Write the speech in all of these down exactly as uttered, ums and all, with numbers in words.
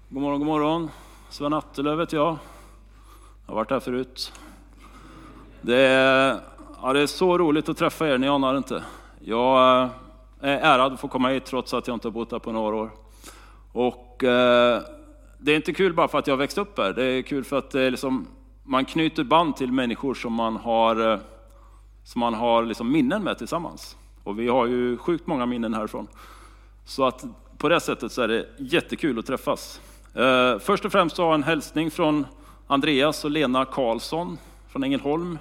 God morgon, god morgon. Sven Attelöv vet jag. Jag har varit här förut. Det är, ja, det är så roligt att träffa er, ni anar inte. Jag är ärad att få komma hit trots att jag inte har bott här på några år. Och eh, det är inte kul bara för att jag har växt upp här. Det är kul för att det är liksom, man knyter band till människor som man har, som man har liksom minnen med tillsammans. Och vi har ju sjukt många minnen härifrån. Så att på det sättet så är det jättekul att träffas. Eh, först och främst så har jag en hälsning från Andreas och Lena Karlsson från Ängelholm.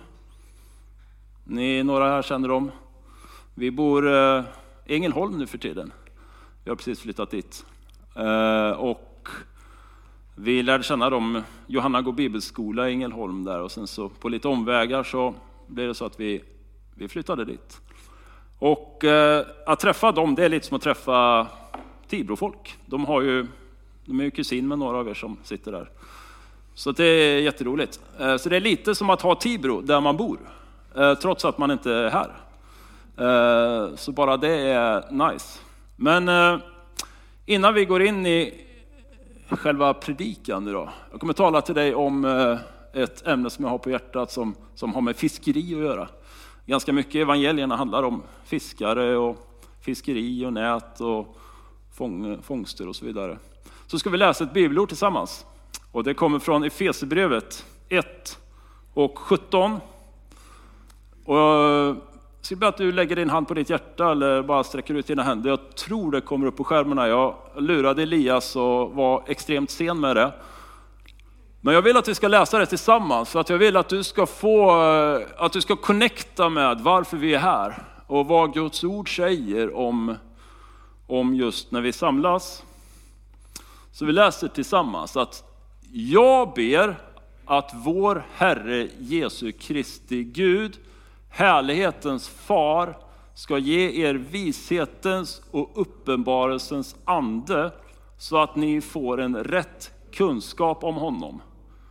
Ni några här känner dem. Vi bor eh, i Ängelholm nu för tiden. Vi har precis flyttat dit. Eh, och vi lärde känna dem. Johanna går bibelskola i Ängelholm där. Och sen så på lite omvägar så blev det så att vi, vi flyttade dit. Och eh, att träffa dem, det är lite som att träffa Tibrofolk. De har ju, de är ju kusin med några av er som sitter där. Så det är jätteroligt. Eh, så det är lite som att ha Tibro där man bor. Eh, trots att man inte är här. Eh, så bara det är nice. Men eh, innan vi går in i själva predikan idag. Jag kommer tala till dig om eh, ett ämne som jag har på hjärtat som, som har med fiskeri att göra. Ganska mycket evangelierna handlar om fiskare och fiskeri och nät och fång, fångster och så vidare. Så ska vi läsa ett bibelord tillsammans. Och det kommer från Efesierbrevet ett och sjutton. Och jag ska be att du lägger din hand på ditt hjärta eller bara sträcker ut dina händer. Jag tror det kommer upp på skärmarna. Jag lurade Elias och var extremt sen med det. Men jag vill att vi ska läsa det tillsammans. För att jag vill att du ska få, att du ska connecta med varför vi är här. Och vad Guds ord säger om, om just när vi samlas. Så vi läser tillsammans att jag ber att vår Herre Jesu Kristi Gud, härlighetens far, ska ge er vishetens och uppenbarelsens ande så att ni får en rätt kunskap om honom.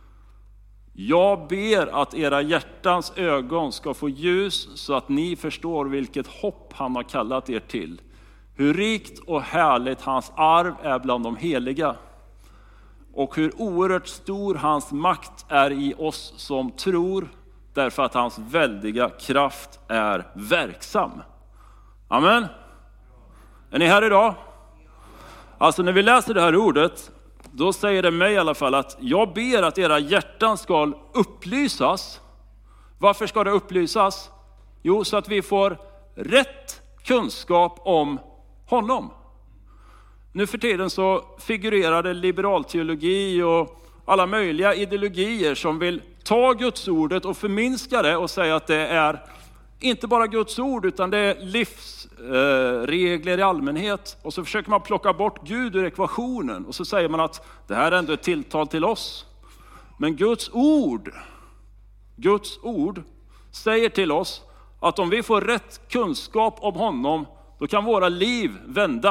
Jag ber att era hjärtans ögon ska få ljus så att ni förstår vilket hopp han har kallat er till. Hur rikt och härligt hans arv är bland de heliga. Och hur oerhört stor hans makt är i oss som tror, därför att hans väldiga kraft är verksam. Amen. Är ni här idag? Alltså när vi läser det här ordet, då säger det mig i alla fall att jag ber att era hjärtan ska upplysas. Varför ska det upplysas? Jo, så att vi får rätt kunskap om honom. Nu för tiden så figurerar det liberalteologi och alla möjliga ideologier som vill ta Guds ordet och förminska det och säga att det är inte bara Guds ord utan det är livsregler i allmänhet. Och så försöker man plocka bort Gud ur ekvationen och så säger man att det här är ändå ett tilltal till oss. Men Guds ord, Guds ord säger till oss att om vi får rätt kunskap om honom, då kan våra liv vända.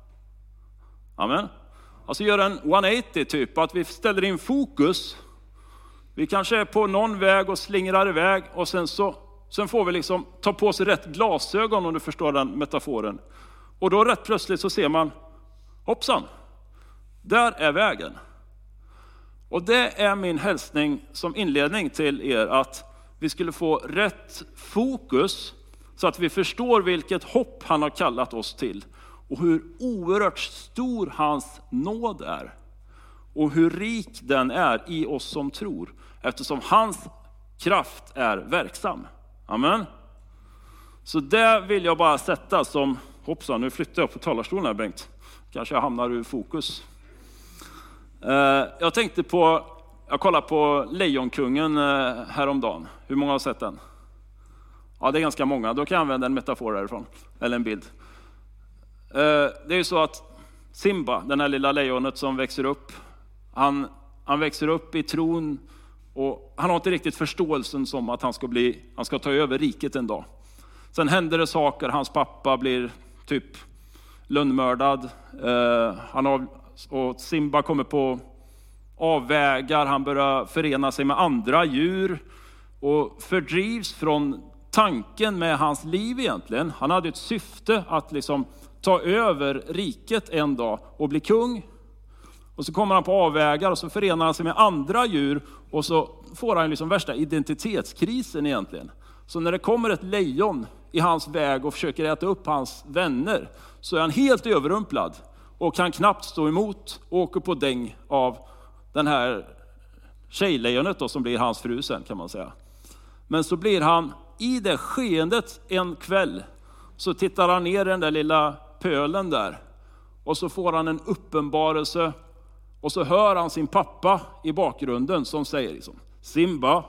Amen. Alltså göra en etthundraåttio typ, att vi ställer in fokus. Vi kanske är på någon väg och slingrar iväg och sen så sen får vi liksom ta på sig rätt glasögon, om du förstår den metaforen. Och då rätt plötsligt så ser man, hoppsan, där är vägen. Och det är min hälsning som inledning till er, att vi skulle få rätt fokus så att vi förstår vilket hopp han har kallat oss till. Och hur oerhört stor hans nåd är. Och hur rik den är i oss som tror. Eftersom hans kraft är verksam. Amen. Så det vill jag bara sätta som, hoppsan, nu flyttar jag på talarstolen här Bengt. Kanske jag hamnar ur fokus. Jag tänkte på, jag kollade på Lejonkungen häromdagen. Hur många har sett den? Ja, det är ganska många. Då kan jag använda en metafor därifrån. Eller en bild. Det är ju så att Simba, den här lilla lejonet som växer upp. Han, han växer upp i tron. Och han har inte riktigt förståelsen som att han ska, bli, han ska ta över riket en dag. Sen händer det saker. Hans pappa blir typ lönnmördad. Eh, han har, och Simba kommer på avvägar. Han börjar förena sig med andra djur. Och fördrivs från tanken med hans liv egentligen. Han hade ett syfte att liksom ta över riket en dag och bli kung. Och så kommer han på avvägar och så förenar han sig med andra djur. Och så får han liksom värsta identitetskrisen egentligen. Så när det kommer ett lejon i hans väg och försöker äta upp hans vänner, så är han helt överrumplad. Och kan knappt stå emot och åker på däng av den här tjejlejonet då, som blir hans fru sen, kan man säga. Men så blir han i det skeendet en kväll, så tittar han ner i den där lilla pölen där. Och så får han en uppenbarelse. Och så hör han sin pappa i bakgrunden som säger liksom: Simba,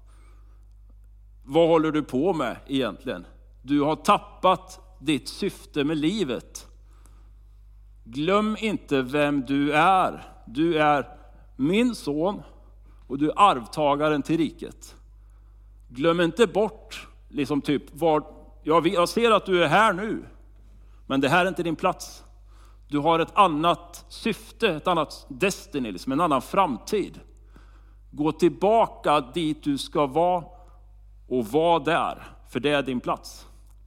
vad håller du på med egentligen? Du har tappat ditt syfte med livet. Glöm inte vem du är. Du är min son och du är arvtagaren till riket. Glöm inte bort liksom typ var, ja, jag ser att du är här nu, men det här är inte din plats. Du har ett annat syfte, ett annat destiny, liksom en annan framtid. Gå tillbaka dit du ska vara och var där, för det är din plats.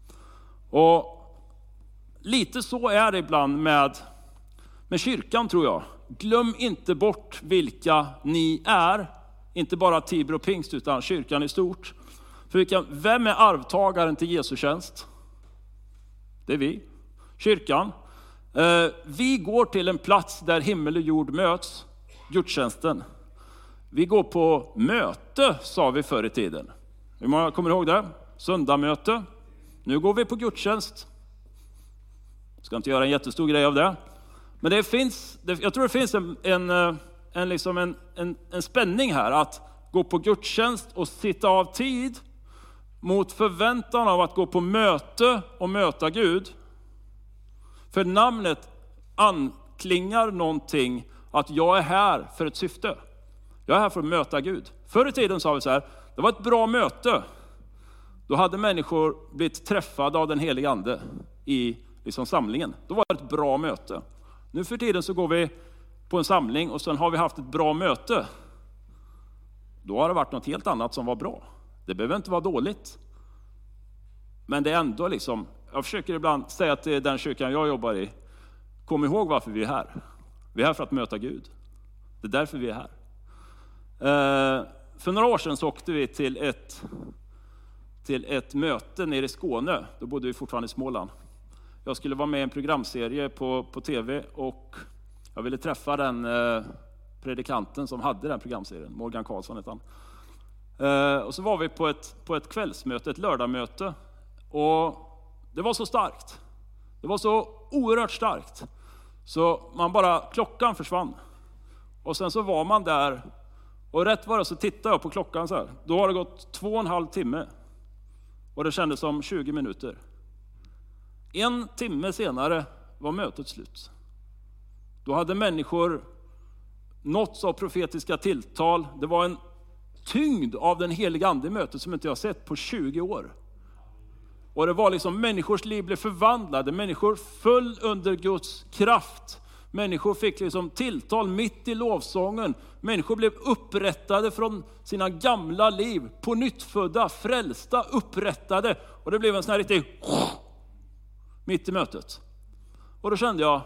Och lite så är det ibland med, med kyrkan, tror jag. Glöm inte bort vilka ni är, inte bara Tibro Pingst utan kyrkan i stort. För vilka, vem är arvtagaren till Jesu tjänst? Det är vi, kyrkan. Vi går till en plats där himmel och jord möts, gudstjänsten. Vi går på möte, sa vi förr i tiden. Hur många kommer ihåg det? Söndagmöte. Nu går vi på gudstjänst. Jag ska inte göra en jättestor grej av det. Men det finns, jag tror det finns en, en, en, liksom en, en, en spänning här. Att gå på gudstjänst och sitta av tid mot förväntan av att gå på möte och möta Gud. För namnet anklingar någonting, att jag är här för ett syfte. Jag är här för att möta Gud. Förr i tiden sa vi så här: det var ett bra möte. Då hade människor blivit träffade av den heliga ande i liksom samlingen. Då var det ett bra möte. Nu för tiden så går vi på en samling och sen har vi haft ett bra möte. Då har det varit något helt annat som var bra. Det behöver inte vara dåligt. Men det är ändå liksom, jag försöker ibland säga till den kyrkan jag jobbar i: kom ihåg varför vi är här. Vi är här för att möta Gud. Det är därför vi är här. Eh, för några år sedan så åkte vi till ett, till ett möte nere i Skåne. Då bodde vi fortfarande i Småland. Jag skulle vara med i en programserie på, på tv och jag ville träffa den eh, predikanten som hade den programserien. Morgan Karlsson heter han. Eh, och så var vi på ett, på ett kvällsmöte, ett lördagmöte. Och det var så starkt. Det var så oerhört starkt. Så man bara, klockan försvann. Och sen så var man där. Och rätt var det så tittade jag på klockan så här. Då har det gått två och en halv timme. Och det kändes som tjugo minuter. En timme senare var mötet slut. Då hade människor nåtts av profetiska tilltal. Det var en tyngd av den heliga ande i mötet som inte jag sett på tjugo år. Och det var liksom, människors liv blev förvandlade. Människor föll under Guds kraft. Människor fick liksom tilltal mitt i lovsången. Människor blev upprättade från sina gamla liv. På nyttfödda, frälsta, upprättade. Och det blev en sån här riktig mitt i mötet. Och då kände jag,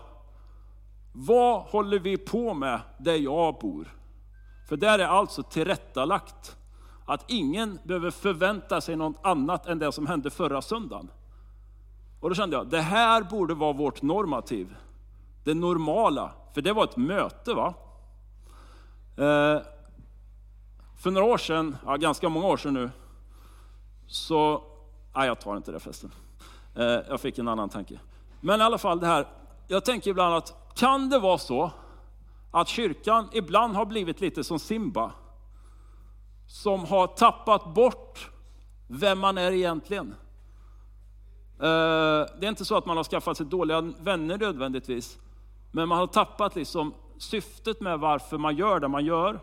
vad håller vi på med där jag bor? För där är alltså tillrättalagt att ingen behöver förvänta sig något annat än det som hände förra söndagen. Och då kände jag, det här borde vara vårt normativ. Det normala. För det var ett möte, va? Eh, för några år sedan, ja, ganska många år sedan nu, så, nej jag tar inte det förresten. Eh, jag fick en annan tanke. Men i alla fall det här, jag tänker ibland att, kan det vara så att kyrkan ibland har blivit lite som Simba, som har tappat bort vem man är egentligen? Det är inte så att man har skaffat sig dåliga vänner nödvändigtvis, men man har tappat liksom syftet med varför man gör det man gör.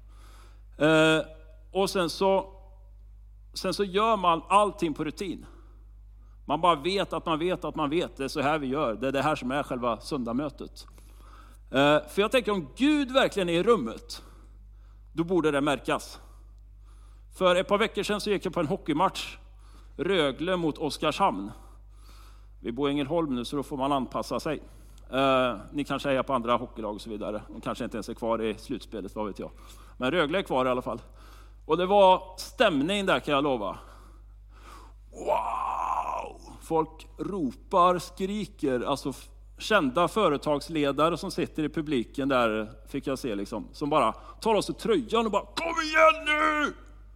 Och sen så, sen så gör man allting på rutin. Man bara vet att man vet att man vet, det är så här vi gör. Det är det här som är själva söndagmötet. För jag tänker, om Gud verkligen är i rummet, då borde det märkas. För ett par veckor sedan så gick jag på en hockeymatch. Rögle mot Oskarshamn. Vi bor i Ängelholm nu, så då får man anpassa sig. Eh, ni kanske hejar på andra hockeylag och så vidare. De kanske inte ens är kvar i slutspelet, vad vet jag. Men Rögle är kvar i alla fall. Och det var stämning där, kan jag lova. Wow! Folk ropar, skriker. Alltså kända företagsledare som sitter i publiken där, fick jag se liksom. Som bara tar av sig tröjan och bara, kom igen nu!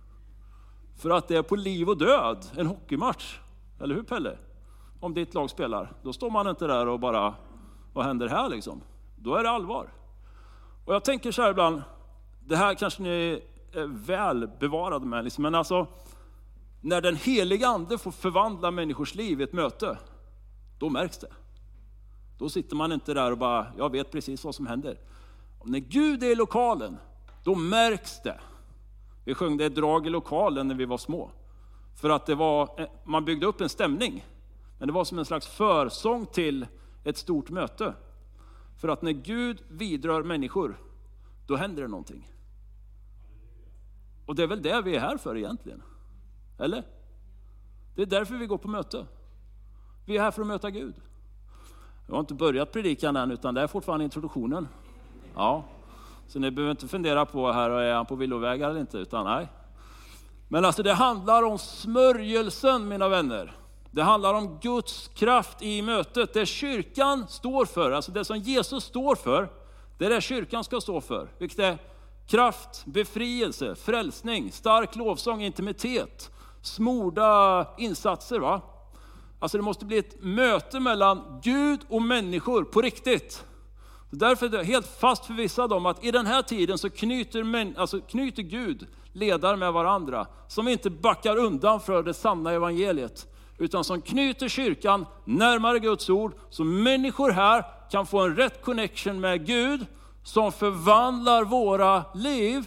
För att det är på liv och död, en hockeymatch. Eller hur, Pelle? Om ditt lag spelar, då står man inte där och bara, vad händer här liksom? Då är det allvar. Och jag tänker så här ibland, det här kanske ni är väl bevarade med, liksom, men alltså, när den heliga ande får förvandla människors liv i ett möte, då märks det. Då sitter man inte där och bara, jag vet precis vad som händer. Och när Gud är i lokalen, då märks det. Vi sjöng det drag i lokalen när vi var små. För att det var, man byggde upp en stämning. Men det var som en slags försång till ett stort möte. För att när Gud vidrör människor, då händer det någonting. Och det är väl det vi är här för egentligen. Eller? Det är därför vi går på möte. Vi är här för att möta Gud. Jag har inte börjat predikan än, utan det är fortfarande introduktionen. Ja. Så ni behöver inte fundera på här, är han på villovägar eller inte, utan nej. Men alltså det handlar om smörjelsen, mina vänner. Det handlar om Guds kraft i mötet. Det kyrkan står för, alltså det som Jesus står för, det är det kyrkan ska stå för. Vilket är kraft, befrielse, frälsning, stark lovsång, intimitet, smorda insatser, va? Alltså det måste bli ett möte mellan Gud och människor på riktigt. Därför är det helt fast förvissad om att i den här tiden så knyter, män, alltså knyter Gud ledare med varandra. Som inte backar undan för det sanna evangeliet. Utan som knyter kyrkan närmare Guds ord. Så människor här kan få en rätt connection med Gud. Som förvandlar våra liv.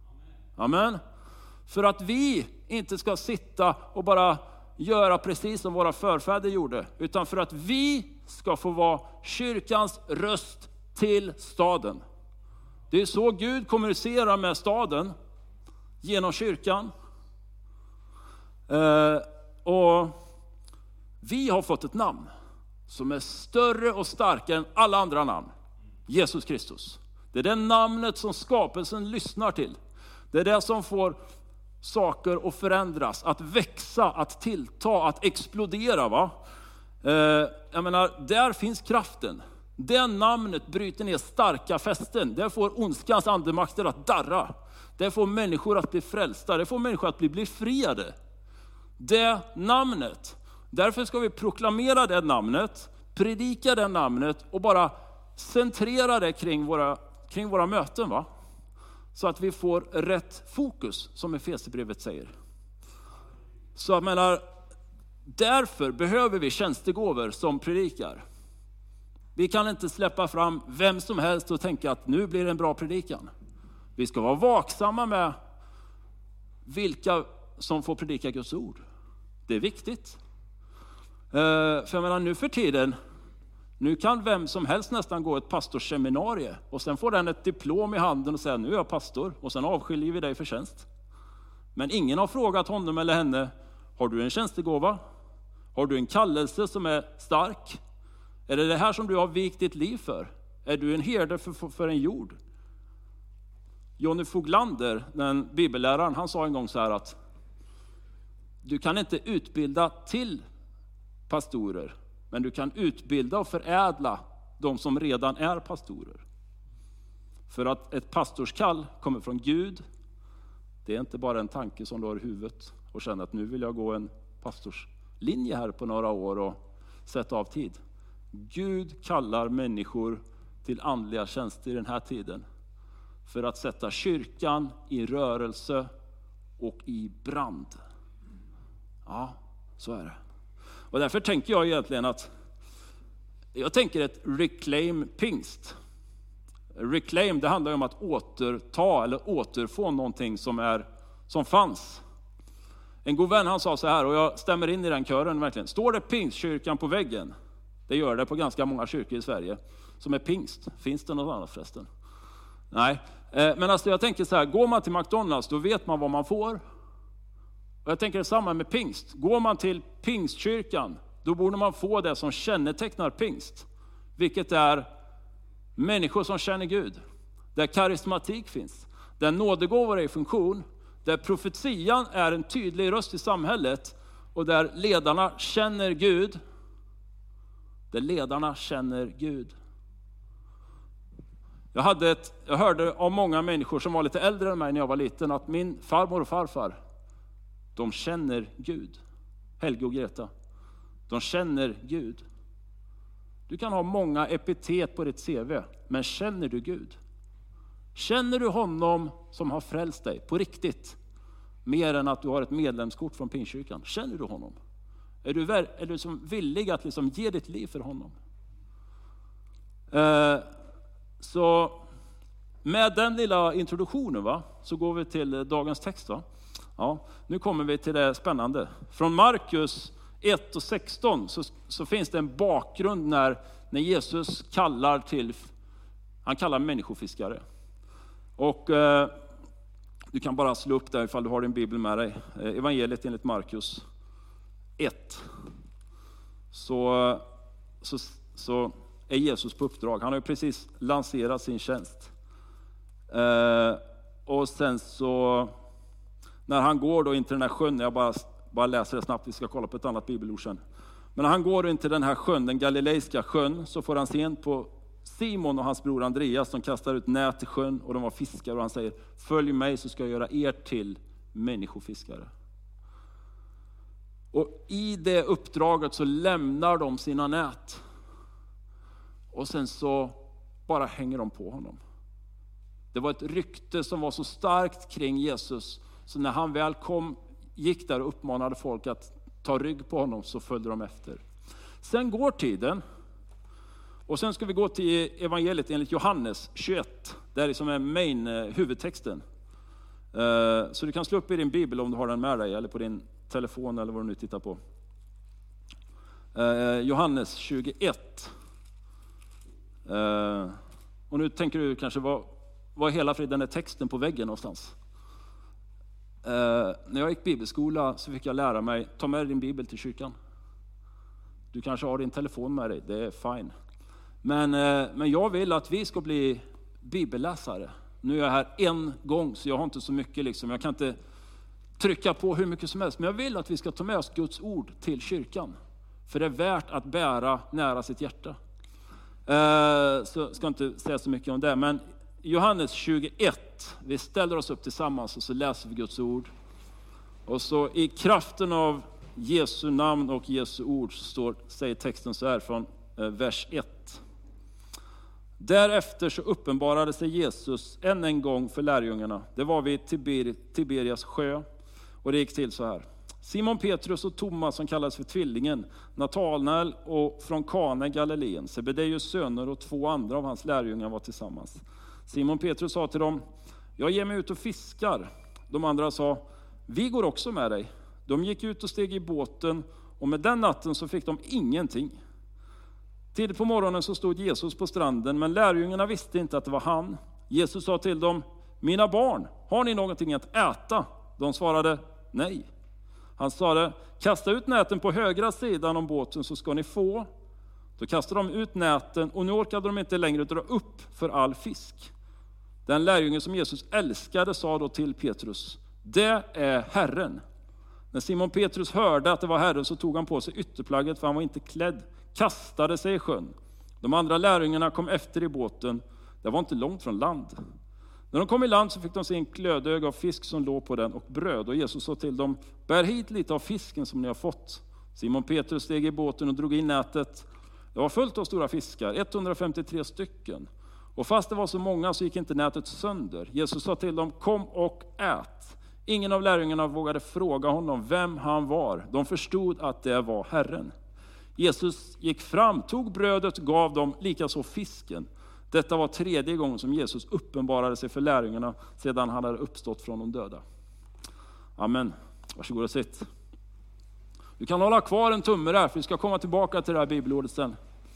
Amen. För att vi inte ska sitta och bara göra precis som våra förfäder gjorde. Utan för att vi ska få vara kyrkans röst till staden. Det är så Gud kommunicerar med staden. Genom kyrkan. Eh, och vi har fått ett namn som är större och starkare än alla andra namn. Jesus Kristus. Det är det namnet som skapelsen lyssnar till. Det är det som får saker att förändras, att växa, att tillta, att explodera, va? Eh, jag menar, där finns kraften. Det namnet bryter ner starka fästen. Det får ondskans andemakter att darra. Det får människor att bli frälsta. Det får människor att bli befriade. Det namnet. Därför ska vi proklamera det namnet, predika det namnet och bara centrera det kring våra, kring våra möten, va? Så att vi får rätt fokus, som Efesierbrevet säger. Så jag menar, därför behöver vi tjänstegåvor som predikar. Vi kan inte släppa fram vem som helst och tänka att nu blir det en bra predikan. Vi ska vara vaksamma med vilka som får predika Guds ord. Det är viktigt. För jag menar, nu för tiden, nu kan vem som helst nästan gå ett pastorsseminarie och sen får den ett diplom i handen och säga nu är jag pastor och sen avskiljer vi dig för tjänst. Men ingen har frågat honom eller henne, har du en tjänstegåva? Har du en kallelse som är stark? Är det det här som du har vikt ditt liv för? Är du en herde för, för en jord? Jonny Foglander, den bibelläraren, han sa en gång så här att du kan inte utbilda till pastorer, men du kan utbilda och förädla de som redan är pastorer. För att ett pastorskall kommer från Gud. Det är inte bara en tanke som du har i huvudet och känner att nu vill jag gå en pastorslinje här på några år och sätta av tid. Gud kallar människor till andliga tjänster i den här tiden för att sätta kyrkan i rörelse och i brand. Ja, så är det. Och därför tänker jag egentligen att jag tänker ett reclaim pingst. Reclaim, det handlar ju om att återta eller återfå någonting som är som fanns. En god vän, han sa så här, och jag stämmer in i den kören verkligen. Står det pingstkyrkan på väggen? Det gör det på ganska många kyrkor i Sverige som är pingst. Finns det något annat förresten? Nej, men alltså jag tänker så här, går man till McDonalds då vet man vad man får. Och jag tänker samma med pingst. Går man till pingstkyrkan då borde man få det som kännetecknar pingst. vilket är människor som känner Gud. Där karismatik finns, där nådegåvor är i funktion, där profetian är en tydlig röst i samhället och där ledarna känner Gud. Där ledarna känner Gud. Jag, hade ett, jag hörde av många människor som var lite äldre än mig när jag var liten att min farmor och farfar, de känner Gud. Helge och Greta. De känner Gud. Du kan ha många epitet på ditt C V, men känner du Gud? Känner du honom som har frälst dig på riktigt? Mer än att du har ett medlemskort från Pingstkyrkan. Känner du honom? Är du, är du som villig att liksom ge ditt liv för honom? Eh, så med den lilla introduktionen va, så går vi till dagens text va? Ja, nu kommer vi till det spännande. Från Markus ett och sexton så, så finns det en bakgrund när, när Jesus kallar till, han kallar människofiskare. Och eh, du kan bara slå upp där ifall du har din bibel med dig. Eh, evangeliet enligt Markus ett. Så, så, så är Jesus på uppdrag. Han har ju precis lanserat sin tjänst. Eh, och sen så när han går då in till den här sjön, jag bara, bara läser det snabbt, vi ska kolla på ett annat bibelord sen. Men när han går in till den här sjön, den galileiska sjön, så får han se på Simon och hans bror Andreas som kastar ut nät i sjön och de var fiskare och han säger: följ mig så ska jag göra er till människofiskare. Och i det uppdraget så lämnar de sina nät. Och sen så bara hänger de på honom. Det var ett rykte som var så starkt kring Jesus. Så när han väl kom, gick där och uppmanade folk att ta rygg på honom, så följde de efter. Sen går tiden. Och sen ska vi gå till evangeliet enligt Johannes tjugoett. Det är som är main huvudtexten. Så du kan slå upp i din bibel om du har den med dig. Eller på din telefon eller vad du nu tittar på. Johannes tjugoett. Och nu tänker du kanske, vad, vad hela friden är texten på väggen någonstans? Uh, när jag gick bibelskola så fick jag lära mig, ta med din bibel till kyrkan. Du kanske har din telefon med dig, det är fine. Men, uh, men jag vill att vi ska bli bibelläsare. Nu är jag här en gång så jag har inte så mycket liksom. Jag kan inte trycka på hur mycket som helst. Men jag vill att vi ska ta med oss Guds ord till kyrkan. För det är värt att bära nära sitt hjärta. Uh, så jag ska inte säga så mycket om det. Men Johannes tjugoett, vi ställer oss upp tillsammans och så läser vi Guds ord. Och så i kraften av Jesu namn och Jesu ord så står, säger texten så här från eh, vers ett. Därefter så uppenbarade sig Jesus än en gång för lärjungarna. Det var vid Tiber, Tiberias sjö och det gick till så här. Simon Petrus och Thomas som kallades för tvillingen, Natanael och från Kana i Galileen, Sebedeus söner och två andra av hans lärjungar var tillsammans. Simon Petrus sa till dem: jag ger mig ut och fiskar. De andra sa: vi går också med dig. De gick ut och steg i båten och med den natten så fick de ingenting. Tidigt på morgonen så stod Jesus på stranden, men lärjungarna visste inte att det var han. Jesus sa till dem: mina barn, har ni någonting att äta? De svarade: nej. Han sa: kasta ut näten på högra sidan om båten så ska ni få. Då kastade de ut näten och nu orkade de inte längre dra upp för all fisk. Den lärjunge som Jesus älskade sa då till Petrus: det är Herren. När Simon Petrus hörde att det var Herren så tog han på sig ytterplagget, för han var inte klädd, kastade sig i sjön. De andra lärjungarna kom efter i båten. Det var inte långt från land. När de kom i land så fick de se en klödög av fisk som låg på den och bröd. Och Jesus sa till dem: bär hit lite av fisken som ni har fått. Simon Petrus steg i båten och drog in nätet. Det var fullt av stora fiskar, etthundrafemtiotre stycken. Och fast det var så många så gick inte nätet sönder. Jesus sa till dem: kom och ät. Ingen av lärjungarna vågade fråga honom vem han var. De förstod att det var Herren. Jesus gick fram, tog brödet och gav dem, likaså fisken. Detta var tredje gången som Jesus uppenbarade sig för lärjungarna sedan han hade uppstått från de döda. Amen. Varsågod och sitt. Du kan hålla kvar en tumme där, för vi ska komma tillbaka till det här bibelordet sen.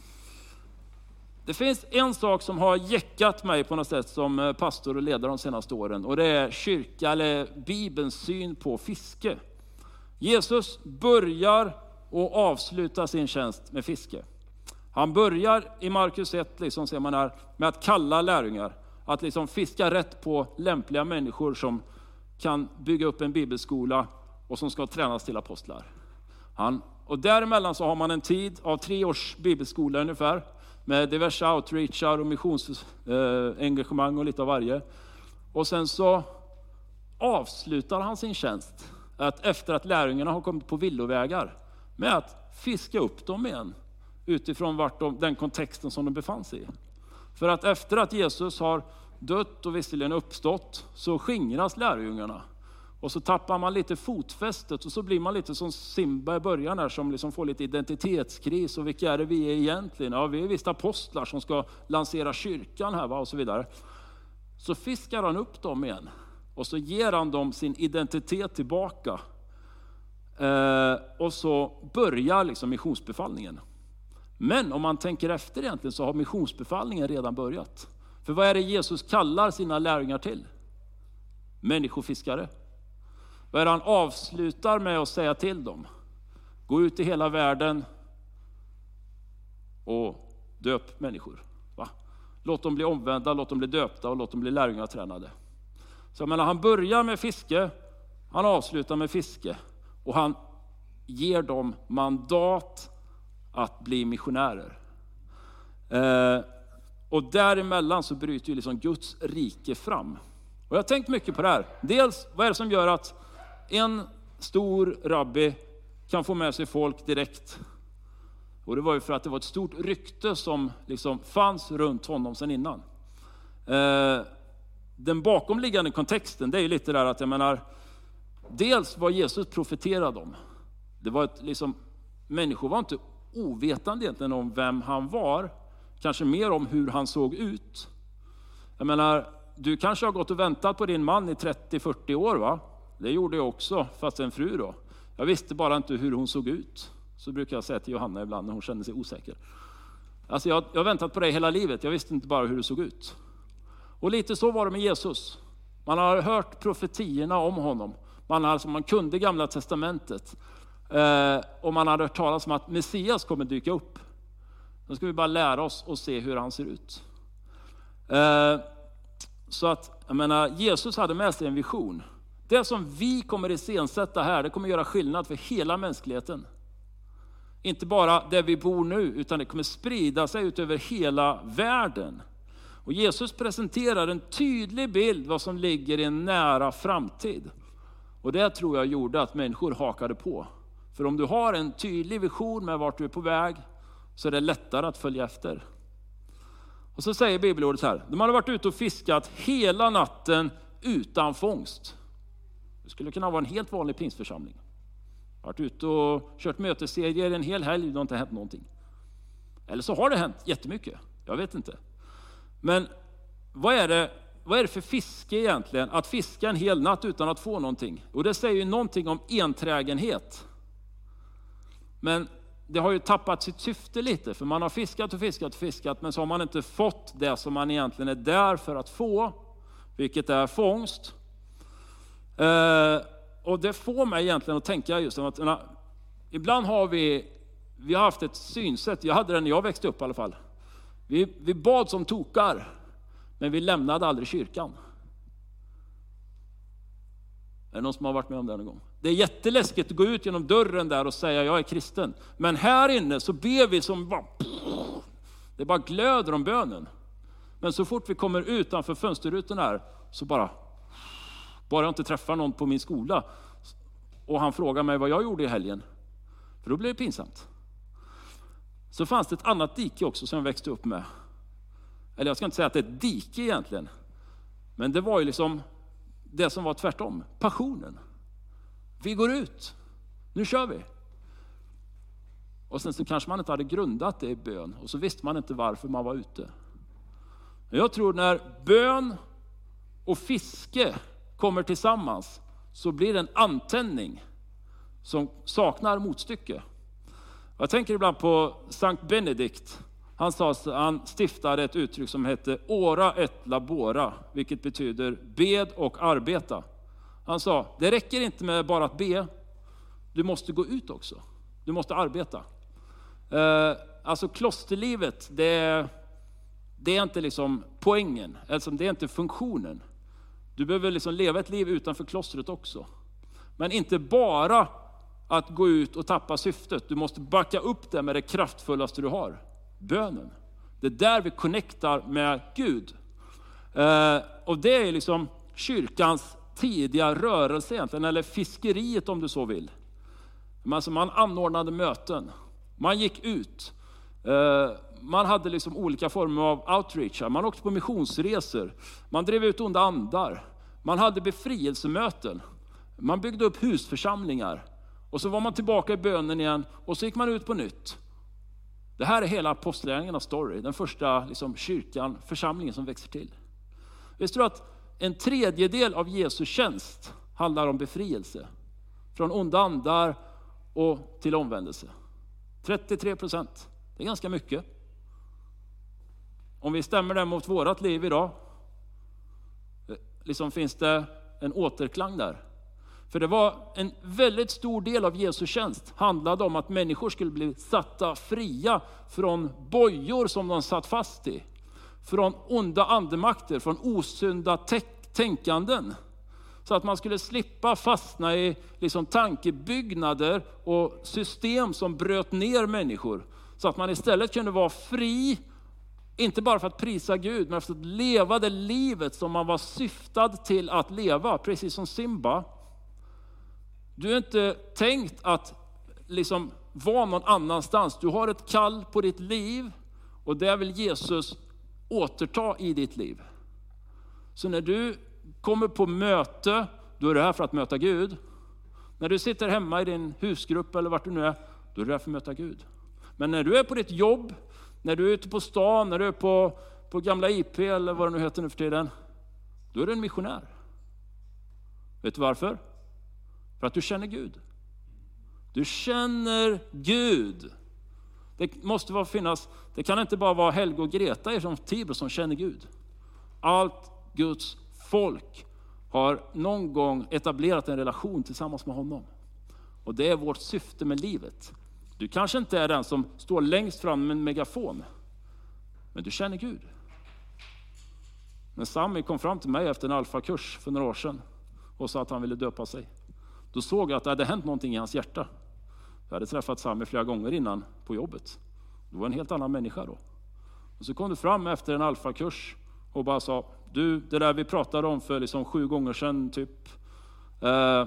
Det finns en sak som har jäckat mig på något sätt som pastor och ledare de senaste åren. Och det är kyrka eller Bibelns syn på fiske. Jesus börjar och avslutar sin tjänst med fiske. Han börjar i Markus ett, liksom ser man här, med att kalla lärjungar. Att liksom fiska rätt på lämpliga människor som kan bygga upp en bibelskola och som ska tränas till apostlar. Han, och däremellan så har man en tid av tre års bibelskola ungefär. Med diverse outreachar och missionsengagemang och lite av varje. Och sen så avslutar han sin tjänst att efter att lärjungarna har kommit på villovägar med att fiska upp dem igen utifrån vart de, den kontexten som de befann sig i. För att efter att Jesus har dött och visserligen uppstått så skingras lärjungarna. Och så tappar man lite fotfästet och så blir man lite som Simba i början här, som liksom får lite identitetskris. Och vilka är det vi är egentligen? Ja, vi är visst apostlar som ska lansera kyrkan här, va? Och så vidare. Så fiskar han upp dem igen. Och så ger han dem sin identitet tillbaka. Eh, och så börjar liksom missionsbefallningen. Men om man tänker efter egentligen så har missionsbefallningen redan börjat. För vad är det Jesus kallar sina lärjungar till? Människofiskare. Vad är det han avslutar med att säga till dem? Gå ut i hela världen och döp människor. Va? Låt dem bli omvända, låt dem bli döpta och låt dem bli lärjungar tränade. Så jag menar, han börjar med fiske, han avslutar med fiske och han ger dem mandat att bli missionärer. Eh, och däremellan så bryter ju liksom Guds rike fram. Och jag har tänkt mycket på det här. Dels, vad är det som gör att en stor rabbi kan få med sig folk direkt? Och det var ju för att det var ett stort rykte som liksom fanns runt honom sedan innan. Eh, den bakomliggande kontexten, det är ju lite där att jag menar, dels vad Jesus profeterade om. Det var ett liksom, människor var inte ovetande egentligen om vem han var. Kanske mer om hur han såg ut. Jag menar, du kanske har gått och väntat på din man i trettio till fyrtio år, va? Det gjorde jag också, fast en fru då. Jag visste bara inte hur hon såg ut. Så brukar jag säga till Johanna ibland när hon känner sig osäker. Alltså jag, jag har väntat på dig hela livet, jag visste inte bara hur du såg ut. Och lite så var det med Jesus. Man har hört profetierna om honom. Man, har, alltså, man kunde gamla testamentet. Eh, och man hade hört talas om att Messias kommer dyka upp. Då ska vi bara lära oss och se hur han ser ut. Eh, så att, jag menar, Jesus hade med sig en vision. Det som vi kommer iscensätta här, det kommer göra skillnad för hela mänskligheten. Inte bara där vi bor nu, utan det kommer sprida sig ut över hela världen. Och Jesus presenterar en tydlig bild vad som ligger i en nära framtid. Och det tror jag gjorde att människor hakade på. För om du har en tydlig vision med vart du är på väg, så är det lättare att följa efter. Och så säger bibelordet här: de hade varit ute och fiskat hela natten utan fångst. Det skulle kunna vara en helt vanlig pingstförsamling. Varit ute och kört mötesserier en hel helg, det har inte hänt någonting. Eller så har det hänt jättemycket, jag vet inte. Men vad är det, vad är det för fiske egentligen? Att fiska en hel natt utan att få någonting. Och det säger ju någonting om enträgenhet. Men det har ju tappat sitt syfte lite. För man har fiskat och fiskat och fiskat. Men så har man inte fått det som man egentligen är där för att få. Vilket är fångst. Eh, och det får mig egentligen att tänka just om att na, ibland har vi, vi har haft ett synsätt. Jag hade det när jag växte upp i alla fall. Vi, vi bad som tokar. Men vi lämnade aldrig kyrkan. Är det någon som har varit med om det någon gång? Det är jätteläskigt att gå ut genom dörren där och säga jag är kristen. Men här inne så ber vi som bara, det bara glöder om bönen. Men så fort vi kommer utanför fönsterrutan här så bara, bara jag inte träffar någon på min skola och han frågar mig vad jag gjorde i helgen. För då blir det pinsamt. Så fanns det ett annat dike också som jag växte upp med. Eller jag ska inte säga att det är ett dike egentligen. Men det var ju liksom det som var tvärtom. Passionen. Vi går ut. Nu kör vi. Och sen så kanske man inte hade grundat det i bön. Och så visste man inte varför man var ute. Men jag tror när bön och fiske kommer tillsammans så blir det en antändning som saknar motstycke. Jag tänker ibland på Sankt Benedikt. Han, sa, han stiftade ett uttryck som heter ora et labora, vilket betyder bed och arbeta. Han sa, det räcker inte med bara att be, du måste gå ut också. Du måste arbeta. Eh, alltså klosterlivet, det, det är inte liksom poängen. Alltså det är inte funktionen. Du behöver liksom leva ett liv utanför klostret också. Men inte bara att gå ut och tappa syftet. Du måste backa upp det med det kraftfullaste du har. Bönen. Det är där vi connectar med Gud. Eh, och det är liksom kyrkans tidiga rörelse egentligen. Eller fiskeriet om du så vill. Alltså man anordnade möten. Man gick ut. Eh, man hade liksom olika former av outreach. Man åkte på missionsresor. Man drev ut onda andar. Man hade befrielsemöten. Man byggde upp husförsamlingar. Och så var man tillbaka i bönen igen. Och så gick man ut på nytt. Det här är hela apostlagärningarnas story. Den första liksom, kyrkan, församlingen som växer till. Visst tror du att en tredjedel av Jesu tjänst handlar om befrielse? Från onda andar och till omvändelse. trettiotre procent. Det är ganska mycket. Om vi stämmer det mot vårat liv idag. Liksom finns det en återklang där. För det var en väldigt stor del av Jesu tjänst handlade om att människor skulle bli satta fria från bojor som de satt fast i. Från onda andemakter, från osunda tänkanden. Så att man skulle slippa fastna i liksom tankebyggnader och system som bröt ner människor. Så att man istället kunde vara fri, inte bara för att prisa Gud, men för att leva det livet som man var syftad till att leva. Precis som Simba. Du är inte tänkt att liksom vara någon annanstans. Du har ett kall på ditt liv och det vill Jesus återta i ditt liv. Så när du kommer på möte, då är du här för att möta Gud. När du sitter hemma i din husgrupp eller vart du nu är, då är du här för att möta Gud. Men när du är på ditt jobb, när du är ute på stan, när du är på, på gamla I P eller vad det nu heter nu för tiden, då är du en missionär. Vet du varför? För att du känner Gud. Du känner Gud. Det måste vara finnas, det kan inte bara vara Helge och Greta från Tibro som känner Gud. Allt Guds folk har någon gång etablerat en relation tillsammans med honom. Och det är vårt syfte med livet. Du kanske inte är den som står längst fram med en megafon. Men du känner Gud. När Sami kom fram till mig efter en alfakurs för några år sedan och sa att han ville döpa sig. Då såg jag att det hade hänt någonting i hans hjärta. Jag hade träffat Sami flera gånger innan på jobbet. Det var en helt annan människa då. Och så kom du fram efter en alfakurs och bara sa, du, det där vi pratade om för liksom sju gånger sedan typ. Eh,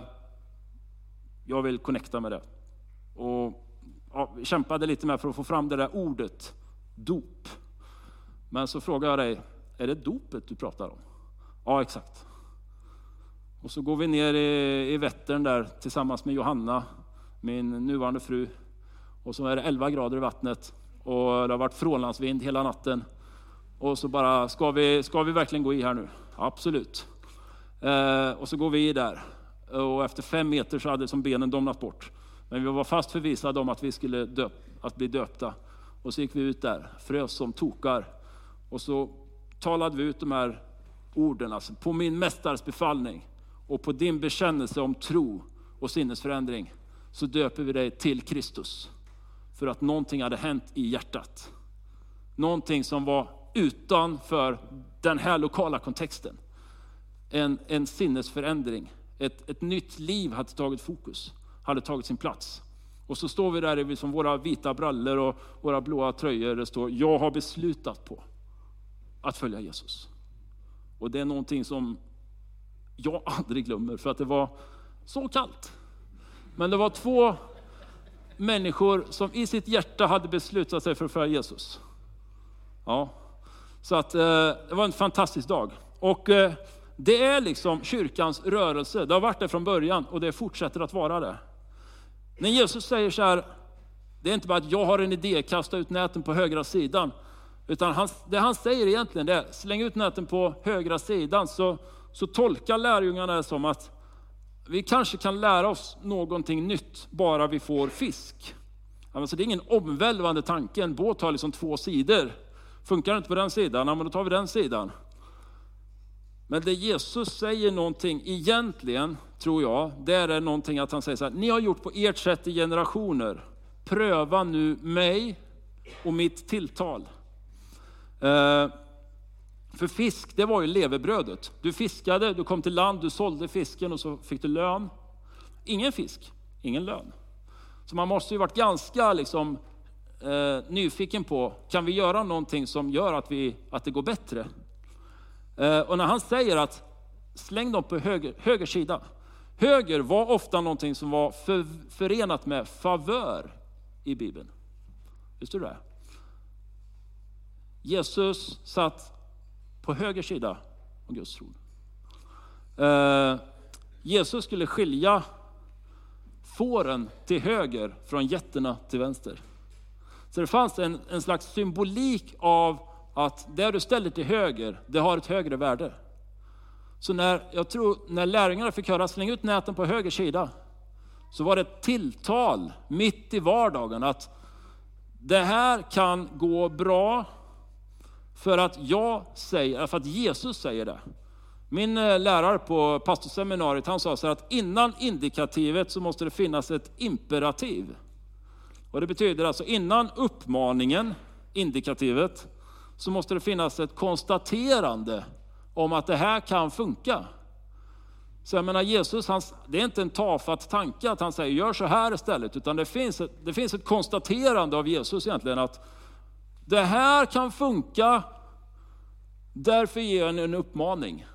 jag vill connecta med det. Och ja, vi kämpade lite med för att få fram det där ordet, dop. Men så frågar jag dig, är det dopet du pratar om? Ja, exakt. Och så går vi ner i, i Vättern där tillsammans med Johanna, min nuvarande fru. Och så är det elva grader i vattnet och det har varit frånlandsvind hela natten. Och så bara, ska vi, ska vi verkligen gå i här nu? Absolut. Eh, och så går vi i där. Och efter fem meter så hade som benen domnat bort. Men vi var fast förvisade om att vi skulle döp, att bli döpta. Och så gick vi ut där, frös som tokar. Och så talade vi ut de här orden, alltså, på min mästares befallning. Och på din bekännelse om tro och sinnesförändring. Så döper vi dig till Kristus. För att någonting hade hänt i hjärtat. Någonting som var utanför den här lokala kontexten. En, en sinnesförändring. Ett, ett nytt liv hade tagit fokus. Hade tagit sin plats. Och så står vi där i som våra vita brallor och våra blåa tröjor. Det står, jag har beslutat på att följa Jesus. Och det är någonting som jag aldrig glömmer. För att det var så kallt. Men det var två människor som i sitt hjärta hade beslutat sig för att följa Jesus. Ja, så att eh, det var en fantastisk dag. Och eh, det är liksom kyrkans rörelse. Det har varit det från början och det fortsätter att vara det. När Jesus säger så här, det är inte bara att jag har en idé, kasta ut näten på högra sidan. Utan han, det han säger egentligen det är, släng ut näten på högra sidan. Så, så tolkar lärjungarna det som att vi kanske kan lära oss någonting nytt bara vi får fisk. Alltså det är ingen omvälvande tanke. En båt har liksom två sidor. Funkar det inte på den sidan? Ja, men då tar vi den sidan. Men det Jesus säger någonting egentligen, tror jag, det är någonting att han säger så här, ni har gjort på ert sätt i generationer. Pröva nu mig och mitt tilltal. Eh, för fisk, det var ju levebrödet. Du fiskade, du kom till land, du sålde fisken och så fick du lön. Ingen fisk, ingen lön. Så man måste ju varit ganska liksom, eh, nyfiken på, kan vi göra någonting som gör att, vi, att det går bättre? Eh, och när han säger att släng dem på höger, höger sida. Höger var ofta någonting som var för, förenat med favör i Bibeln. Visste du det? Jesus satt på höger sida av Guds tron. Eh, Jesus skulle skilja fåren till höger från getterna till vänster. Så det fanns en, en slags symbolik av att det du ställer till höger, det har ett högre värde. Så när, jag tror, när lärjungarna fick höra släng ut näten på höger sida, så var det ett tilltal mitt i vardagen att det här kan gå bra för att jag säger, för att Jesus säger det. Min lärare på pastorseminariet, han sa så här att innan indikativet så måste det finnas ett imperativ. Och det betyder alltså innan uppmaningen, indikativet, så måste det finnas ett konstaterande om att det här kan funka. Så jag menar Jesus, han, det är inte en tafatt tanke att han säger gör så här istället, utan det finns, ett, det finns ett konstaterande av Jesus egentligen att det här kan funka, därför ger han en uppmaning.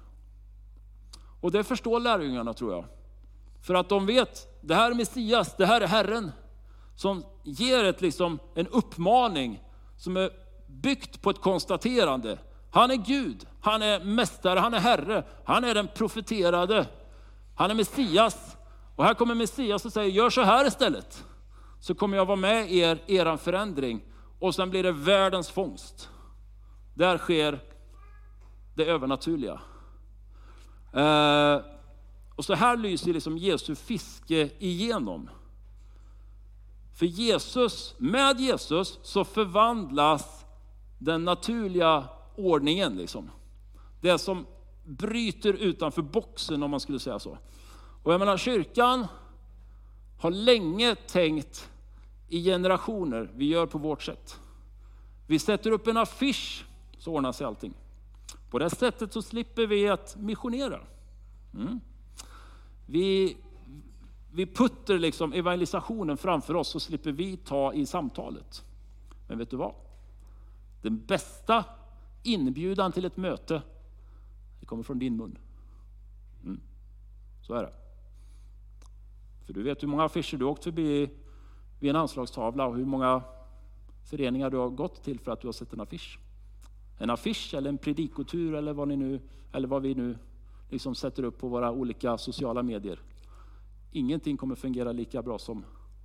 Och det förstår lärjungarna, tror jag. För att de vet, det här är Messias, det här är Herren som ger ett, liksom, en uppmaning som är byggt på ett konstaterande. Han är Gud, han är mästare, han är Herre, han är den profeterade, han är Messias. Och här kommer Messias och säger, gör så här istället. Så kommer jag vara med er, eran förändring. Och sen blir det världens fångst. Där sker det övernaturliga. Eh, och så här lyser liksom Jesu fiske igenom. För Jesus, med Jesus så förvandlas den naturliga ordningen liksom. Det som bryter utanför boxen, om man skulle säga så. Och jag menar, kyrkan har länge tänkt i generationer, vi gör på vårt sätt. Vi sätter upp en affisch, så ordnar sig allting. På det sättet så slipper vi att missionera. Mm. Vi, vi putter liksom evangelisationen framför oss, så slipper vi ta i samtalet. Men vet du vad? Den bästa inbjudan till ett möte, det kommer från din mun. Mm. Så är det. För du vet hur många affischer du har åkt förbi vid en anslagstavla och hur många föreningar du har gått till för att du har sett en affisch. En affisch eller en predikotur eller vad, ni nu, eller vad vi nu liksom sätter upp på våra olika sociala medier. Ingenting kommer fungera lika bra som,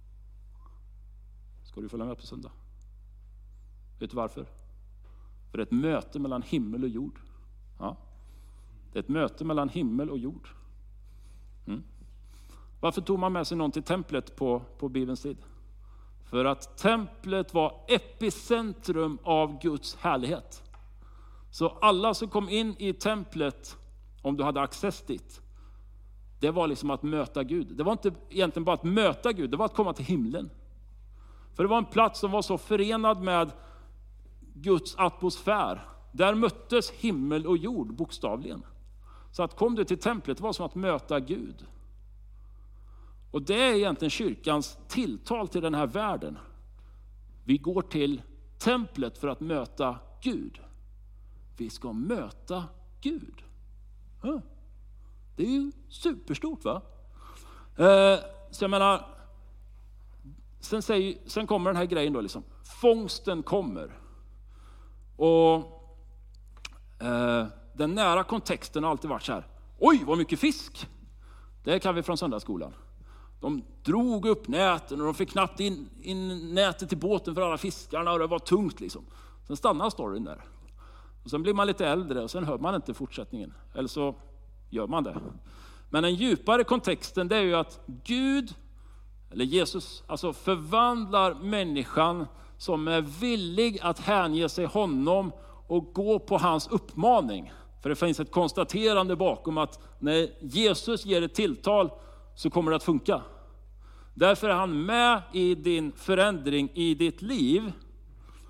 ska du följa med på söndag? Vet du varför? För det är ett möte mellan himmel och jord. Ja. Det är ett möte mellan himmel och jord. Mm. Varför tog man med sig någon till templet på, på Bibelns tid? För att templet var epicentrum av Guds härlighet. Så alla som kom in i templet, om du hade access dit, det var liksom att möta Gud. Det var inte egentligen bara att möta Gud, det var att komma till himlen. För det var en plats som var så förenad med Guds atmosfär. Där möttes himmel och jord bokstavligen. Så att kom du till templet, det var som att möta Gud. Och det är egentligen kyrkans tilltal till den här världen. Vi går till templet för att möta Gud. Vi ska möta Gud. Ja. Det är ju superstort, va? Eh, så jag menar, sen, säger, sen kommer den här grejen då liksom. Fångsten kommer. Och eh, den nära kontexten har alltid varit så här. Oj, vad mycket fisk! Det kan vi från söndagsskolan. De drog upp näten och de fick knappt in, in nätet till båten för alla fiskarna och det var tungt liksom. Sen stannar storyn där. Och sen blir man lite äldre och sen hör man inte fortsättningen. Eller så gör man det. Men den djupare kontexten, det är ju att Gud, eller Jesus, alltså förvandlar människan som är villig att hänge sig honom och gå på hans uppmaning. För det finns ett konstaterande bakom att när Jesus ger ett tilltal så kommer det att funka. Därför är han med i din förändring i ditt liv.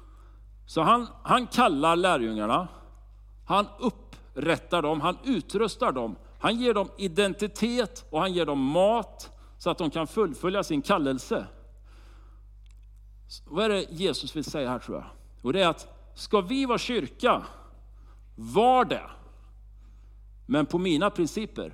Så han, han kallar lärjungarna, han upprättar dem, han utrustar dem, han ger dem identitet och han ger dem mat så att de kan fullfölja sin kallelse. Vad är det Jesus vill säga här, tror jag? Och det är att ska vi vara kyrka, var det, men på mina principer.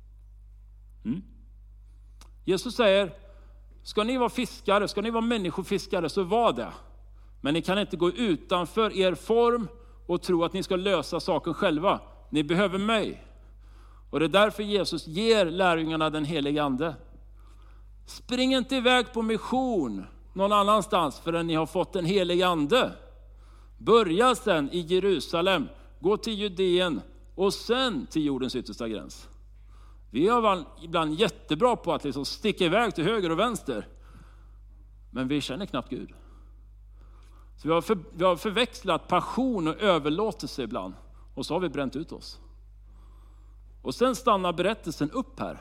Mm. Jesus säger, ska ni vara fiskare, ska ni vara människofiskare, så var det. Men ni kan inte gå utanför er form och tro att ni ska lösa saken själva. Ni behöver mig. Och det är därför Jesus ger lärjungarna den helige ande. Spring inte iväg på mission någon annanstans förrän ni har fått den helige ande. Börja sen i Jerusalem, gå till Judeen och sen till jordens yttersta gräns. Vi är ibland jättebra på att liksom sticka iväg till höger och vänster. Men vi känner knappt Gud. Så vi har, för, vi har förväxlat passion och överlåtelse ibland. Och så har vi bränt ut oss. Och sen stannar berättelsen upp här.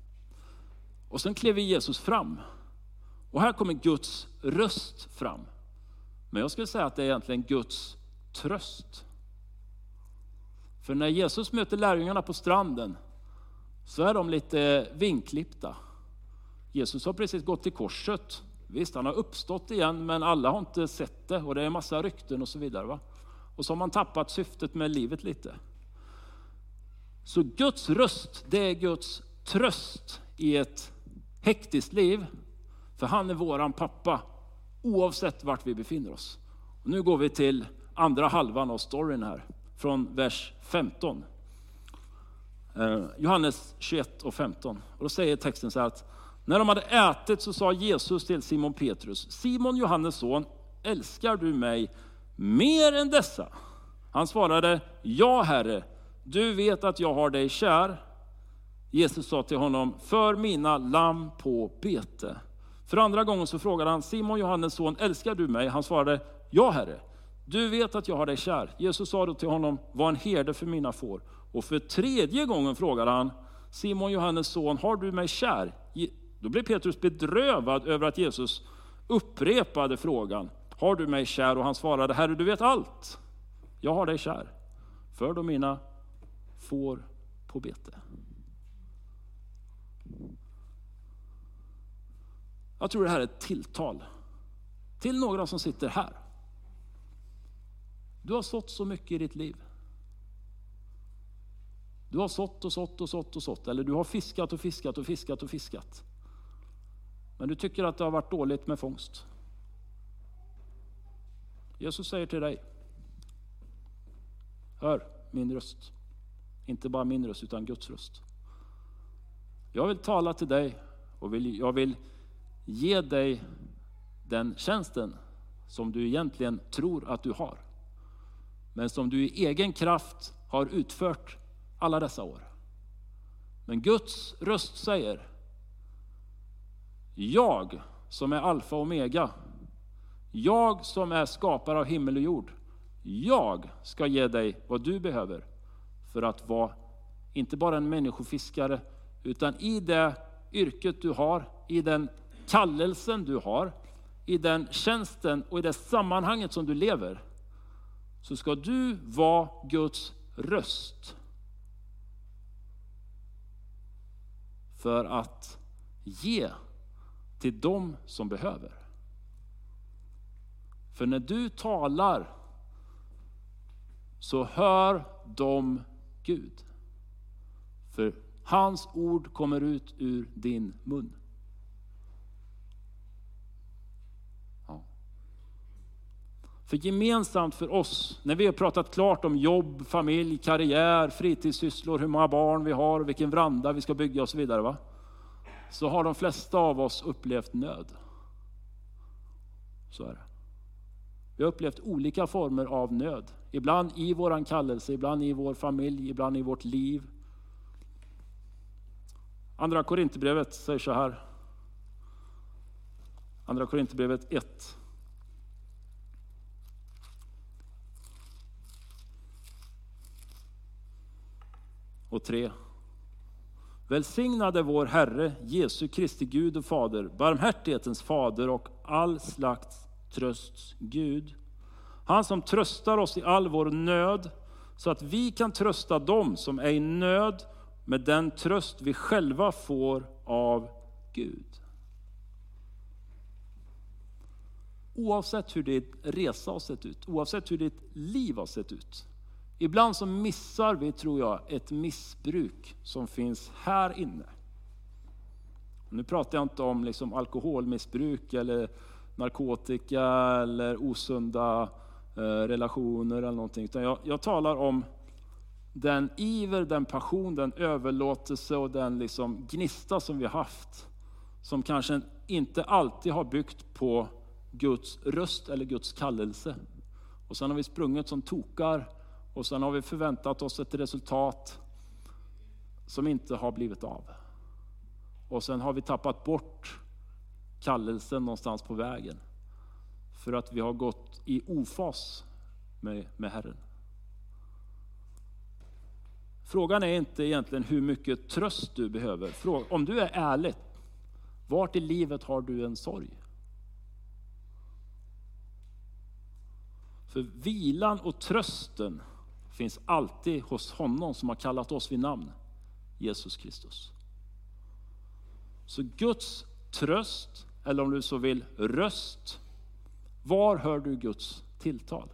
Och sen klev Jesus fram. Och här kommer Guds röst fram. Men jag skulle säga att det är egentligen Guds tröst. För när Jesus möter lärjungarna på stranden så är de lite vinklippta. Jesus har precis gått till korset. Visst, han har uppstått igen, men alla har inte sett det. Och det är en massa rykten och så vidare. Va? Och så har man tappat syftet med livet lite. Så Guds röst, det är Guds tröst i ett hektiskt liv. För han är våran pappa, oavsett vart vi befinner oss. Och nu går vi till andra halvan av storyn här. Från vers femton. Eh, Johannes tjugoett och femton. Och då säger texten så här att när de hade ätit så sa Jesus till Simon Petrus: Simon, Johannes son, älskar du mig mer än dessa? Han svarade: ja, Herre, du vet att jag har dig kär. Jesus sa till honom: för mina lamm på bete. För andra gången så frågade han: Simon, Johannes son, älskar du mig? Han svarade: ja, Herre, du vet att jag har dig kär. Jesus sa då till honom: var en herde för mina får. Och för tredje gången frågade han: Simon, Johannes son, har du mig kär? Då blev Petrus bedrövad över att Jesus upprepade frågan: har du mig kär? Och han svarade: Herre, du vet allt. Jag har dig kär. För då mina får på bete. Jag tror det här är ett tilltal till några som sitter här. Du har sått så mycket i ditt liv. Du har sått och sått och sått och sått. Eller du har fiskat och fiskat och fiskat och fiskat. Men du tycker att det har varit dåligt med fångst. Jesus säger till dig: hör min röst. Inte bara min röst utan Guds röst. Jag vill tala till dig och vill, jag vill ge dig den tjänsten som du egentligen tror att du har. Men som du i egen kraft har utfört alla dessa år. Men Guds röst säger: jag som är alfa och omega, jag som är skapare av himmel och jord, jag ska ge dig vad du behöver för att vara inte bara en människofiskare, utan i det yrket du har, i den kallelsen du har, i den tjänsten och i det sammanhanget som du lever, så ska du vara Guds röst för att ge till dem som behöver. För när du talar så hör de Gud. För hans ord kommer ut ur din mun. Ja. För gemensamt för oss, när vi har pratat klart om jobb, familj, karriär, fritidssysslor, hur många barn vi har, vilken vranda vi ska bygga och så vidare, va? Så har de flesta av oss upplevt nöd. Så är det. Vi har upplevt olika former av nöd. Ibland i våran kallelse, ibland i vår familj, ibland i vårt liv. Andra Korinthierbrevet säger så här. Andra Korinthierbrevet ett. Och tre. Välsignade vår Herre Jesu Kristi Gud och Fader, barmhärtighetens Fader och all slags trösts Gud. Han som tröstar oss i all vår nöd, så att vi kan trösta dem som är i nöd med den tröst vi själva får av Gud. Oavsett hur ditt resa har sett ut, oavsett hur ditt liv har sett ut. Ibland så missar vi, tror jag, ett missbruk som finns här inne. Nu pratar jag inte om liksom alkoholmissbruk eller narkotika eller osunda eh, relationer eller någonting. Utan jag, jag talar om den iver, den passion, den överlåtelse och den liksom gnista som vi har haft. Som kanske inte alltid har byggt på Guds röst eller Guds kallelse. Och sen har vi sprungit som tokar och sen har vi förväntat oss ett resultat som inte har blivit av. Och sen har vi tappat bort kallelsen någonstans på vägen. För att vi har gått i ofas med, med Herren. Frågan är inte egentligen hur mycket tröst du behöver. Fråga, om du är ärlig, vart i livet har du en sorg? För vilan och trösten finns alltid hos honom som har kallat oss vid namn, Jesus Kristus. Så Guds tröst, eller om du så vill röst, var hör du Guds tilltal?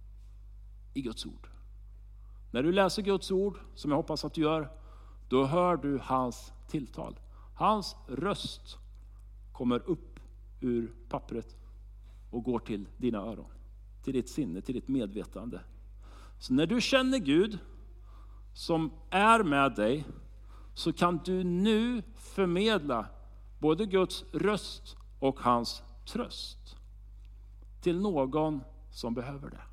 I Guds ord. När du läser Guds ord, som jag hoppas att du gör, då hör du hans tilltal. Hans röst kommer upp ur pappret och går till dina öron, till ditt sinne, till ditt medvetande. Så när du känner Gud som är med dig, så kan du nu förmedla både Guds röst och hans tröst till någon som behöver det.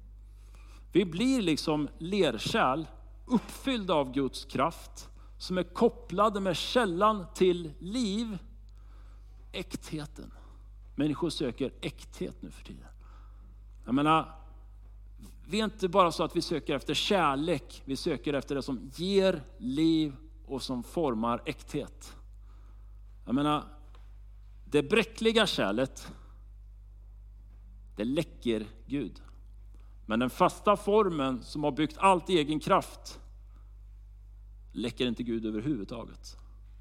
Vi blir liksom lerkärl uppfyllda av Guds kraft som är kopplade med källan till liv, äktheten. Människor söker äkthet nu för tiden. Jag menar, vi är inte bara så att vi söker efter kärlek, vi söker efter det som ger liv och som formar äkthet. Jag menar, det bräckliga kärlet, det läcker Gud. Men den fasta formen som har byggt allt i egen kraft läcker inte Gud överhuvudtaget.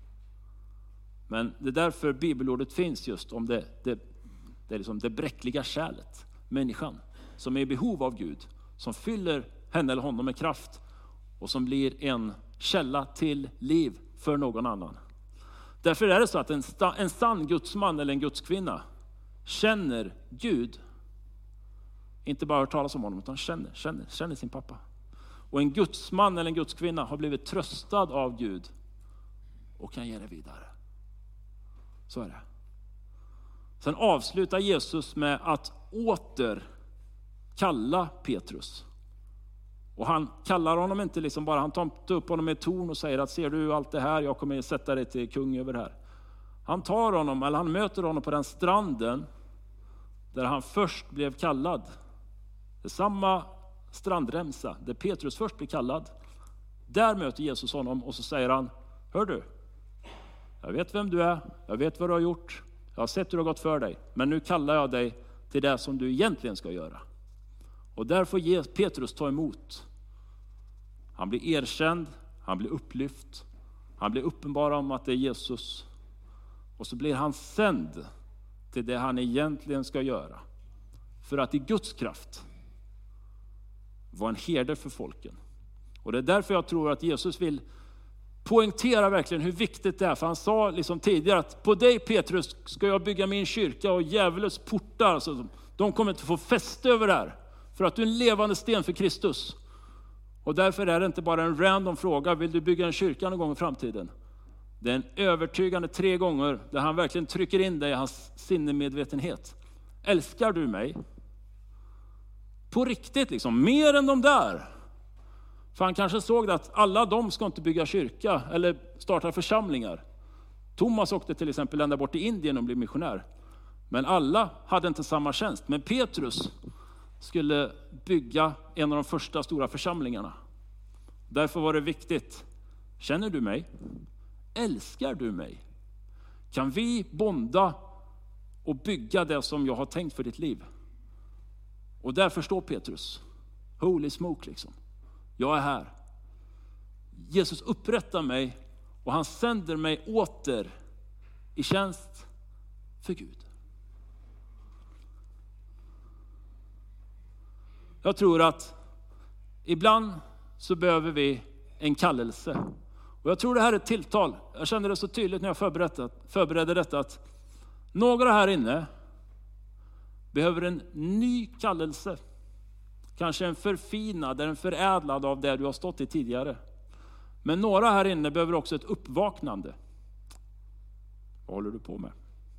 Men det är därför bibelordet finns just om det, det, det, är liksom det bräckliga kärlet. Människan som är i behov av Gud, som fyller henne eller honom med kraft och som blir en källa till liv för någon annan. Därför är det så att en, en sann gudsman eller en gudskvinna känner Gud. Inte bara hört talas om honom, utan känner, känner, känner sin pappa. Och en gudsman eller en gudskvinna har blivit tröstad av Gud och kan ge det vidare. Så är det. Sen avslutar Jesus med att åter kalla Petrus. Och han kallar honom inte liksom bara, han tar upp honom med ett torn och säger att ser du allt det här, jag kommer sätta dig till kung över det här. Han tar honom, eller han möter honom på den stranden där han först blev kallad. Det är samma strandremsa där Petrus först blir kallad. Där möter Jesus honom och så säger han, hör du, jag vet vem du är, jag vet vad du har gjort, jag har sett hur det har gått för dig, men nu kallar jag dig till det som du egentligen ska göra. Och därför ger Petrus ta emot. Han blir erkänd, han blir upplyft, han blir uppenbar om att det är Jesus. Och så blir han sänd till det han egentligen ska göra. För att i Guds kraft vara en herde för folken. Och det är därför jag tror att Jesus vill poängtera verkligen hur viktigt det är. För han sa liksom tidigare att på dig Petrus ska jag bygga min kyrka och djävulens portar. Så de kommer inte få fäste över det här. För att du är en levande sten för Kristus. Och därför är det inte bara en random fråga. Vill du bygga en kyrka någon gång i framtiden? Det är en övertygande tre gånger där han verkligen trycker in dig i hans sinnemedvetenhet. Älskar du mig? På riktigt liksom, mer än de där. För han kanske såg att alla de ska inte bygga kyrka eller starta församlingar. Thomas åkte till exempel ända bort till Indien och blev missionär. Men alla hade inte samma tjänst. Men Petrus skulle bygga en av de första stora församlingarna. Därför var det viktigt. Känner du mig? Älskar du mig? Kan vi bonda och bygga det som jag har tänkt för ditt liv? Och där förstår Petrus. Holy smoke liksom. Jag är här. Jesus upprättar mig och han sänder mig åter i tjänst för Gud. Jag tror att ibland så behöver vi en kallelse. Och jag tror det här är ett tilltal. Jag kände det så tydligt när jag förberedde, förberedde detta att några här inne behöver en ny kallelse. Kanske en förfinad, en förädlad av det du har stått i tidigare. Men några här inne behöver också ett uppvaknande. Vad håller du på med?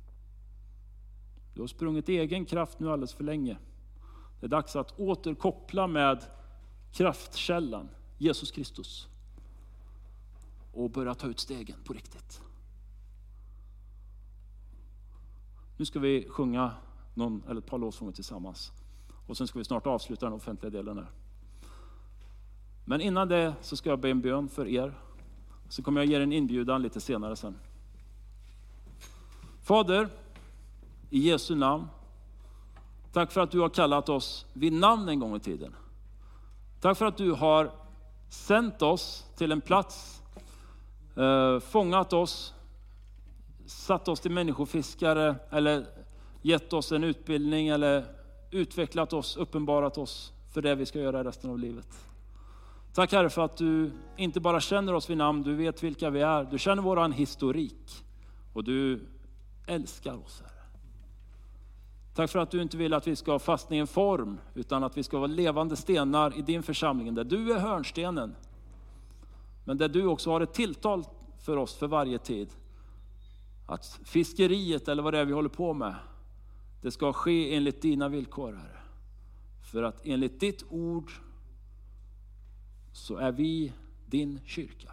Du har sprungit egen kraft nu alldeles för länge. Det är dags att återkoppla med kraftkällan, Jesus Kristus. Och börja ta ut stegen på riktigt. Nu ska vi sjunga någon eller ett par lovsånger tillsammans. Och sen ska vi snart avsluta den offentliga delen här. Men innan det så ska jag be en bön för er. Så kommer jag ge er en inbjudan lite senare sen. Fader, i Jesu namn. Tack för att du har kallat oss vid namn en gång i tiden. Tack för att du har sänt oss till en plats. Eh, fångat oss. Satt oss till människofiskare. Eller gett oss en utbildning. Eller utvecklat oss, uppenbarat oss för det vi ska göra resten av livet. Tack Herre för att du inte bara känner oss vid namn, du vet vilka vi är. Du känner våran historik och du älskar oss Herre. Tack för att du inte vill att vi ska fastna i en form utan att vi ska vara levande stenar i din församling där du är hörnstenen. Men där du också har ett tilltal för oss för varje tid. Att fiskeriet eller vad det är vi håller på med, det ska ske enligt dina villkor Herre. För att enligt ditt ord så är vi din kyrka.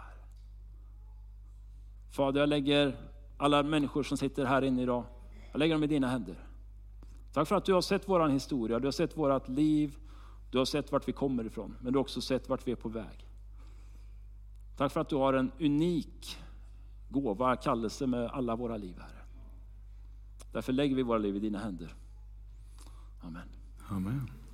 Fader, jag lägger alla människor som sitter här inne idag, jag lägger dem i dina händer. Tack för att du har sett våran historia, du har sett vårat liv, du har sett vart vi kommer ifrån, men du har också sett vart vi är på väg. Tack för att du har en unik gåva, kallelse med alla våra liv här. Därför lägger vi våra liv i dina händer. Amen. Amen.